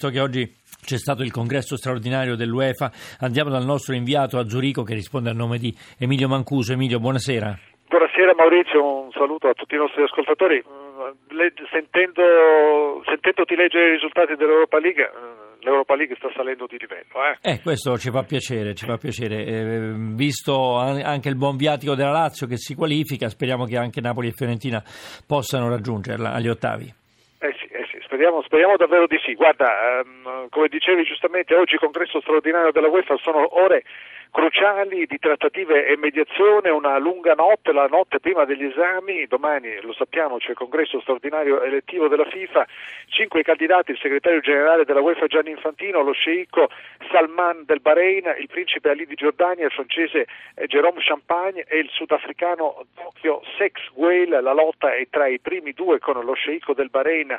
visto che oggi c'è stato il congresso straordinario dell'UEFA, andiamo dal nostro inviato a Zurigo che risponde a nome di Emilio Mancuso. Emilio, buonasera. Buonasera Maurizio, un saluto a tutti i nostri ascoltatori. Sentendoti leggere i risultati dell'Europa League, l'Europa League sta salendo di livello. Questo ci fa piacere. Visto anche il buon viatico della Lazio che si qualifica, speriamo che anche Napoli e Fiorentina possano raggiungerla agli ottavi. Sì, speriamo davvero di sì. Guarda, come dicevi giustamente, oggi congresso straordinario della UEFA, sono ore cruciali di trattative e mediazione, una lunga notte, la notte prima degli esami. Domani, lo sappiamo, c'è il congresso straordinario elettivo della FIFA, 5 candidati: il segretario generale della UEFA Gianni Infantino, lo sceicco Salman del Bahrain, il principe Ali di Giordania, il francese Jérôme Champagne e il sudafricano Tokyo Sexwell. La lotta è tra i primi due, con lo sceicco del Bahrain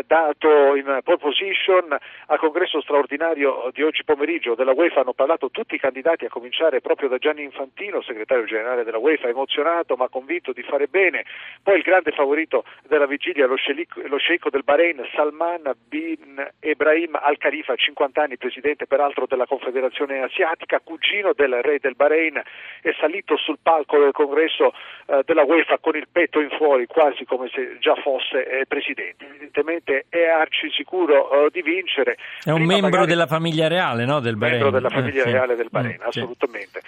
dato in pole position. Al congresso straordinario di oggi pomeriggio della UEFA hanno parlato tutti i candidati, a cominciare proprio da Gianni Infantino, segretario generale della UEFA, emozionato ma convinto di fare bene. Poi il grande favorito della vigilia, lo sceicco del Bahrain, Salman bin Ebrahim Al Khalifa, 50 anni, presidente peraltro della Confederazione Asiatica, cugino del re del Bahrain, è salito sul palco del congresso della UEFA con il petto in fuori, quasi come se già fosse presidente. Evidentemente è arci sicuro di vincere. È un membro della famiglia reale, no? Del Bahrain. Membro della famiglia reale del Bahrain, assolutamente.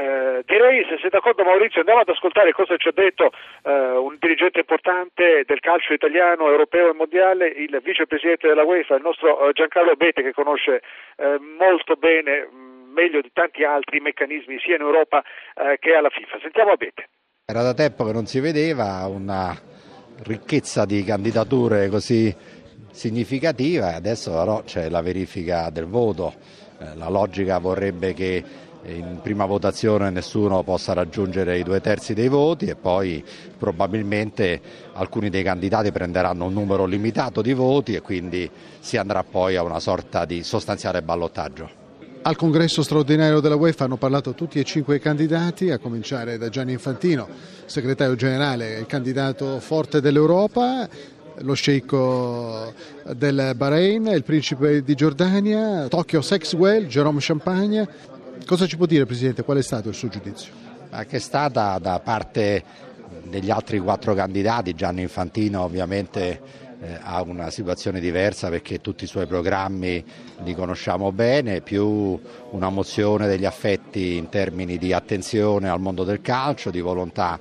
Direi, se sei d'accordo Maurizio, andiamo ad ascoltare cosa ci ha detto un dirigente importante del calcio italiano, europeo e mondiale, il vicepresidente della UEFA, il nostro Giancarlo Abete, che conosce molto bene, meglio di tanti altri, i meccanismi sia in Europa che alla FIFA. Sentiamo Abete. Era da tempo che non si vedeva una ricchezza di candidature così significativa, e adesso però c'è la verifica del voto. La logica vorrebbe che in prima votazione nessuno possa raggiungere i 2/3 dei voti e poi probabilmente alcuni dei candidati prenderanno un numero limitato di voti e quindi si andrà poi a una sorta di sostanziale ballottaggio. Al congresso straordinario della UEFA hanno parlato tutti e 5 candidati, a cominciare da Gianni Infantino, segretario generale, il candidato forte dell'Europa, lo sceicco del Bahrain, il principe di Giordania, Tokyo Sexwell, Jérôme Champagne. Cosa ci può dire, Presidente? Qual è stato il suo giudizio? Che è stata da parte degli altri 4 candidati. Gianni Infantino ovviamente ha una situazione diversa perché tutti i suoi programmi li conosciamo bene, più una mozione degli affetti in termini di attenzione al mondo del calcio, di volontà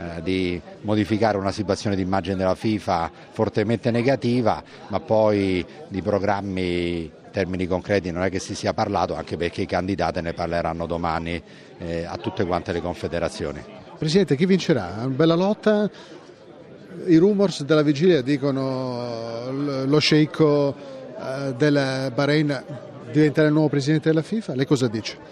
di modificare una situazione di immagine della FIFA fortemente negativa, ma poi di programmi in termini concreti non è che si sia parlato, anche perché i candidati ne parleranno domani a tutte quante le confederazioni. Presidente, chi vincerà? Una bella lotta? I rumors della vigilia dicono lo sceicco del Bahrain diventerà il nuovo presidente della FIFA. Lei cosa dice?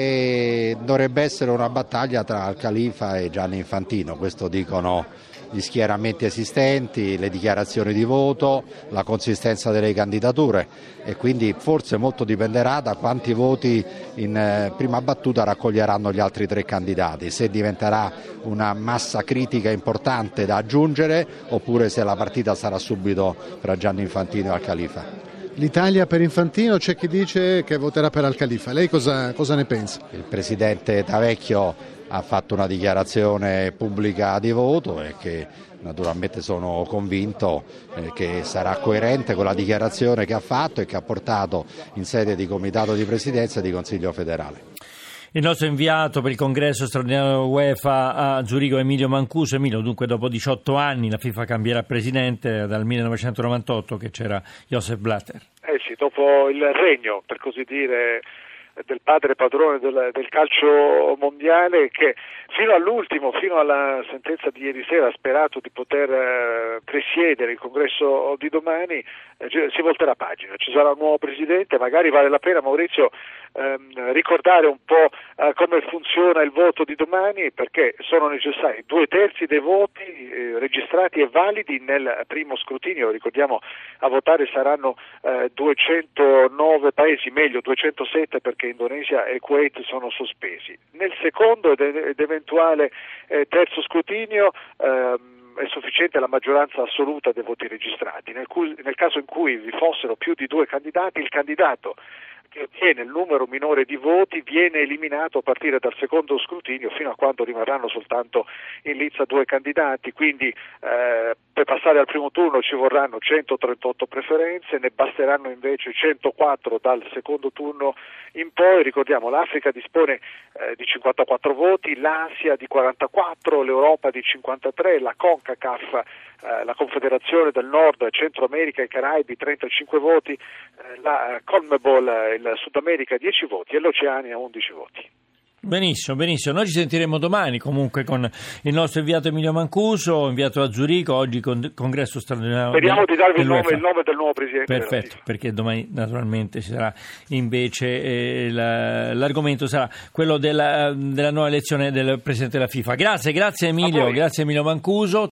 Che dovrebbe essere una battaglia tra Al Khalifa e Gianni Infantino, questo dicono gli schieramenti esistenti, le dichiarazioni di voto, la consistenza delle candidature, e quindi forse molto dipenderà da quanti voti in prima battuta raccoglieranno gli altri 3 candidati, se diventerà una massa critica importante da aggiungere oppure se la partita sarà subito tra Gianni Infantino e Al Khalifa. L'Italia per Infantino, c'è chi dice che voterà per Al Khalifa. Lei cosa ne pensa? Il presidente Tavecchio ha fatto una dichiarazione pubblica di voto e che naturalmente sono convinto che sarà coerente con la dichiarazione che ha fatto e che ha portato in sede di comitato di presidenza e di Consiglio federale. Il nostro inviato per il congresso straordinario UEFA a Zurigo, Emilio Mancuso. Emilio, dunque dopo 18 anni la FIFA cambierà presidente, dal 1998 che c'era Joseph Blatter. Sì, dopo il regno, per così dire, del padre padrone del calcio mondiale, che fino all'ultimo, fino alla sentenza di ieri sera, ha sperato di poter presiedere il congresso di domani. Si volterà pagina, ci sarà un nuovo presidente. Magari vale la pena, Maurizio, ricordare un po' come funziona il voto di domani, perché sono necessari 2/3 dei voti registrati e validi nel primo scrutinio. Ricordiamo, a votare saranno 209 paesi, meglio 207 perché Indonesia e Kuwait sono sospesi. Nel secondo ed eventuale terzo scrutinio è sufficiente la maggioranza assoluta dei voti registrati. Nel caso in cui vi fossero più di 2 candidati, il candidato che ottiene il numero minore di voti viene eliminato a partire dal secondo scrutinio fino a quando rimarranno soltanto in lizza 2 candidati, quindi per passare al primo turno ci vorranno 138 preferenze, ne basteranno invece 104 dal secondo turno in poi. Ricordiamo, l'Africa dispone di 54 voti, l'Asia di 44, l'Europa di 53, la CONCACAF, la Confederazione del Nord, Centro America e Caraibi 35 voti, la CONMEBOL, il Sud America 10 voti e l'Oceania 11 voti. Benissimo, benissimo. Noi ci sentiremo domani comunque con il nostro inviato Emilio Mancuso, inviato a Zurigo, oggi congresso straordinario. Speriamo di darvi il nome del nuovo presidente. Perfetto, perché domani naturalmente ci sarà invece l'argomento sarà quello della nuova elezione del presidente della FIFA. Grazie Emilio, grazie Emilio Mancuso.